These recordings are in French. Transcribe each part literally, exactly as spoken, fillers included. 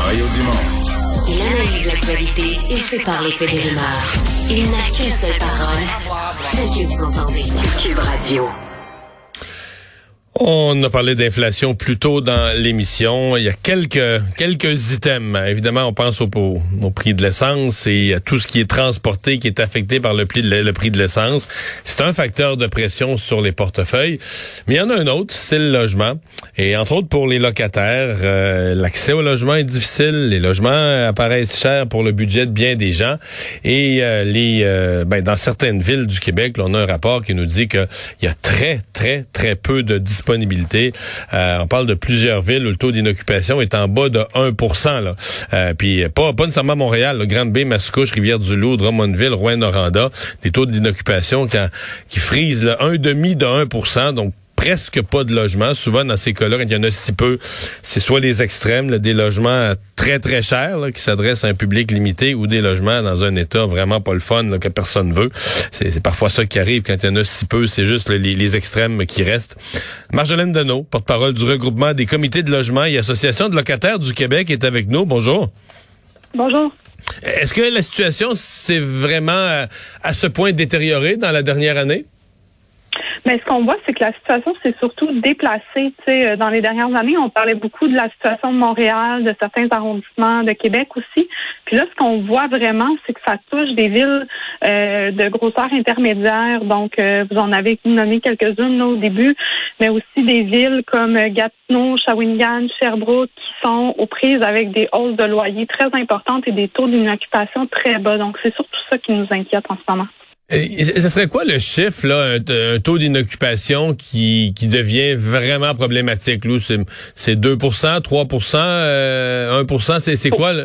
Mario Dumont. Il analyse l'actualité et sépare les faits des rumeurs. Il n'a qu'une seule parole, celle que vous entendez. Cube Radio. On a parlé d'inflation plus tôt dans l'émission. Il y a quelques quelques items. Évidemment, on pense au, au, au prix de l'essence et à tout ce qui est transporté qui est affecté par le prix de, le prix de l'essence. C'est un facteur de pression sur les portefeuilles. Mais il y en a un autre, c'est le logement. Et entre autres pour les locataires, euh, l'accès au logement est difficile. Les logements apparaissent chers pour le budget de bien des gens. Et euh, les euh, ben, dans certaines villes du Québec, là, on a un rapport qui nous dit qu'il y a très, très, très peu de disponibilité. Euh, on parle de plusieurs villes où le taux d'inoccupation est en bas de un pour cent. Là. Euh, puis pas, pas nécessairement Montréal, là, Grande-Bay, Mascouche, Rivière-du-Loup, Drummondville, Rouyn-Noranda, des taux d'inoccupation qui, qui frisent là, un demi de un pour cent, donc presque pas de logements. Souvent, dans ces cas-là, quand il y en a si peu, c'est soit les extrêmes, là, des logements très, très chers là, qui s'adressent à un public limité ou des logements dans un état vraiment pas le fun là, que personne veut. C'est, c'est parfois ça qui arrive quand il y en a si peu. C'est juste là, les, les extrêmes qui restent. Marjolaine Deneau, porte-parole du regroupement des comités de logement et associations de locataires du Québec, est avec nous. Bonjour. Bonjour. Est-ce que la situation s'est vraiment à, à ce point détériorée dans la dernière année? Mais ce qu'on voit, c'est que la situation s'est surtout déplacée. Tu sais, dans les dernières années, on parlait beaucoup de la situation de Montréal, de certains arrondissements de Québec aussi. Puis là, ce qu'on voit vraiment, c'est que ça touche des villes euh, de grosseur intermédiaire. Donc, euh, vous en avez nommé quelques-unes là, au début, mais aussi des villes comme Gatineau, Shawinigan, Sherbrooke, qui sont aux prises avec des hausses de loyers très importantes et des taux d'inoccupation très bas. Donc, c'est surtout ça qui nous inquiète en ce moment. Et ce serait quoi le chiffre, là, un, un taux d'inoccupation qui, qui devient vraiment problématique? Là, c'est, c'est deux pour cent, trois pour cent, euh, un pour cent, c'est, c'est quoi, là?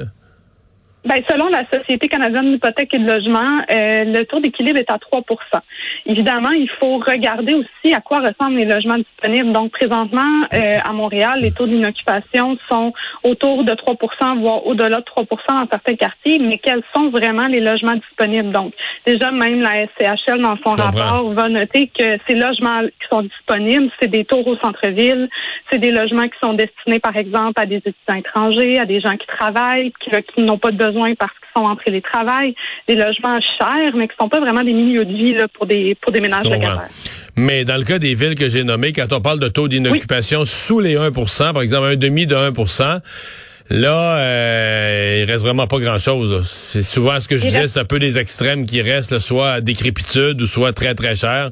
Ben, selon la Société canadienne d'hypothèque et de logement, euh, le taux d'équilibre est à trois pour cent. Évidemment, il faut regarder aussi à quoi ressemblent les logements disponibles. Donc, présentement, euh, à Montréal, les taux d'inoccupation sont autour de trois pour cent, voire au-delà de trois pour cent dans certains quartiers. Mais quels sont vraiment les logements disponibles? Donc, déjà, même la S C H L, dans son rapport, va noter que ces logements qui sont disponibles, c'est des tours au centre-ville, c'est des logements qui sont destinés, par exemple, à des étudiants étrangers, à des gens qui travaillent, qui, qui n'ont pas de besoin parce qu'ils sont en télétravail, des logements chers, mais qui ne sont pas vraiment des milieux de vie là, pour des pour des ménages locataires. Mais dans le cas des villes que j'ai nommées, quand on parle de taux d'inoccupation oui. sous les un pour cent, par exemple un demi de un pour cent, là, euh, il reste vraiment pas grand-chose. Là. C'est souvent ce que je il disais, reste... c'est un peu des extrêmes qui restent, là, soit à décrépitude ou soit très, très cher.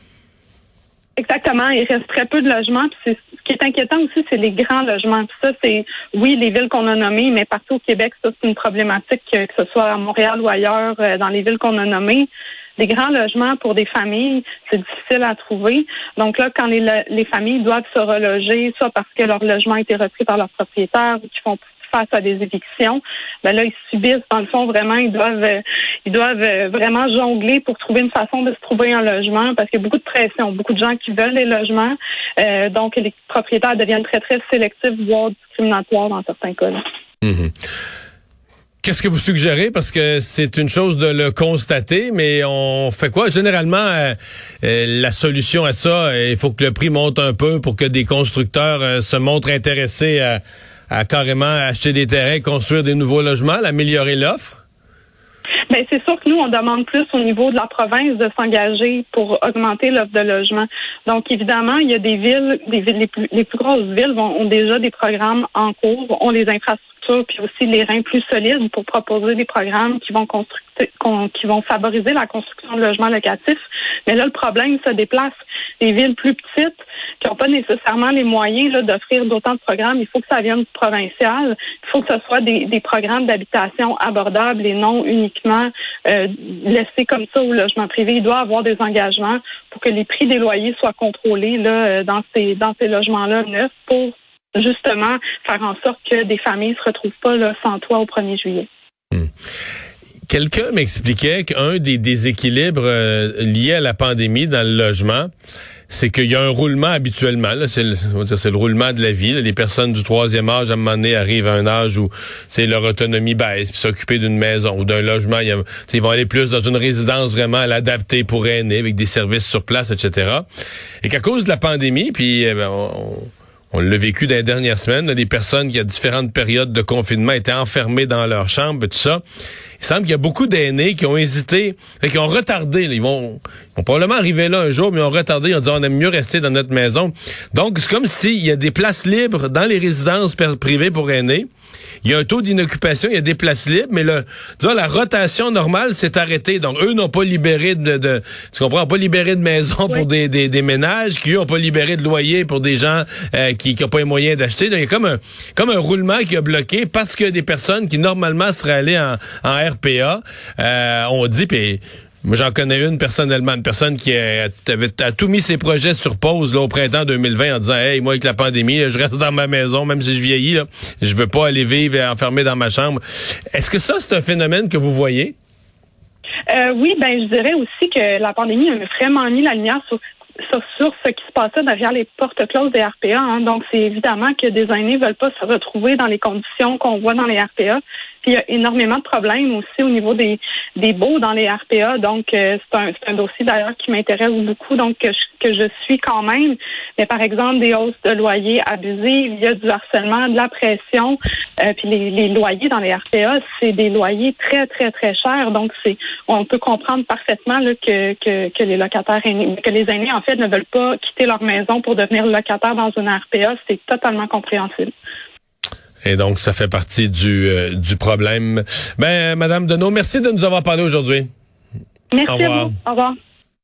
Exactement. Il reste très peu de logements. Puis c'est, ce qui est inquiétant aussi, c'est les grands logements. Puis ça, c'est, oui, les villes qu'on a nommées, mais partout au Québec, ça, c'est une problématique, que ce soit à Montréal ou ailleurs, dans les villes qu'on a nommées. Des grands logements pour des familles, c'est difficile à trouver. Donc là, quand les, les familles doivent se reloger, soit parce que leur logement a été repris par leurs propriétaires ou qu'ils font face à des évictions, ben là, ils subissent, dans le fond, vraiment, ils doivent euh, ils doivent euh, vraiment jongler pour trouver une façon de se trouver un logement parce qu'il y a beaucoup de pression, beaucoup de gens qui veulent les logements. Euh, donc, les propriétaires deviennent très, très sélectifs, voire discriminatoires dans certains cas. Mm-hmm. Qu'est-ce que vous suggérez? Parce que c'est une chose de le constater, mais on fait quoi? Généralement, euh, euh, la solution à ça, il faut que le prix monte un peu pour que des constructeurs euh, se montrent intéressés à à carrément acheter des terrains, construire des nouveaux logements, améliorer l'offre? Bien, c'est sûr que nous, on demande plus au niveau de la province de s'engager pour augmenter l'offre de logement. Donc, évidemment, il y a des villes, des villes les plus, les plus grosses villes vont, ont déjà des programmes en cours, ont les infrastructures, puis aussi les reins plus solides pour proposer des programmes qui vont construire, qui vont favoriser la construction de logements locatifs. Mais là, le problème se déplace. Les villes plus petites, qui n'ont pas nécessairement les moyens là, d'offrir d'autant de programmes, il faut que ça vienne du provincial. Il faut que ce soit des, des programmes d'habitation abordables et non uniquement euh, laissés comme ça au logement privé. Il doit y avoir des engagements pour que les prix des loyers soient contrôlés là, dans ces, dans ces logements-là neufs pour justement faire en sorte que des familles ne se retrouvent pas là, sans toit au premier juillet. Hum. Quelqu'un m'expliquait qu'un des déséquilibres euh, liés à la pandémie dans le logement, c'est qu'il y a un roulement habituellement. Là, c'est, le, on va dire, c'est le roulement de la vie. Là. Les personnes du troisième âge, à un moment donné, arrivent à un âge où c'est leur autonomie baisse, puis s'occuper d'une maison ou d'un logement. Il y a, ils vont aller plus dans une résidence vraiment à l'adapter pour aînés, avec des services sur place, et cetera. Et qu'à cause de la pandémie, puis eh ben, on, on l'a vécu dans les dernières semaines, là, des personnes qui, à différentes périodes de confinement, étaient enfermées dans leur chambre, et tout ça. Il semble qu'il y a beaucoup d'aînés qui ont hésité, qui ont retardé. Là, ils, vont, ils vont probablement arriver là un jour, mais ils ont retardé. Ils ont dit, on aime mieux rester dans notre maison. Donc, c'est comme s'il y a des places libres dans les résidences privées pour aînés. Il y a un taux d'inoccupation, il y a des places libres, mais le, disons, la rotation normale s'est arrêtée. Donc, eux n'ont pas libéré de, de tu comprends, pas libéré de maisons oui. pour des, des, des ménages, qui eux n'ont pas libéré de loyer pour des gens euh, qui n'ont pas les moyens d'acheter. Donc, il y a comme un, comme un roulement qui a bloqué parce que des personnes qui normalement seraient allées en, en R P A euh, ont dit, puis moi, j'en connais une personnellement, une personne qui a, a, a tout mis ses projets sur pause là, au printemps deux mille vingt en disant « Hey, moi, avec la pandémie, là, je reste dans ma maison, même si je vieillis, là, je veux pas aller vivre enfermé dans ma chambre. » Est-ce que ça, c'est un phénomène que vous voyez? Euh, oui, ben je dirais aussi que la pandémie a vraiment mis la lumière sur Sur, sur ce qui se passait derrière les portes closes des R P A. Hein. Donc, c'est évidemment que des aînés ne veulent pas se retrouver dans les conditions qu'on voit dans les R P A. Puis, il y a énormément de problèmes aussi au niveau des, des baux dans les R P A. Donc, euh, c'est, un, c'est un dossier d'ailleurs qui m'intéresse beaucoup, donc que je, que je suis quand même. Mais par exemple, des hausses de loyers abusives, il y a du harcèlement, de la pression. Euh, puis les, les loyers dans les R P A, c'est des loyers très, très, très chers. Donc, c'est on peut comprendre parfaitement là, que, que, que les locataires aînés, que les aînés, en fait, ne veulent pas quitter leur maison pour devenir locataire dans une R P A. C'est totalement compréhensible. Et donc, ça fait partie du, euh, du problème. Ben, Madame Deneau, merci de nous avoir parlé aujourd'hui. Merci à vous. Au revoir.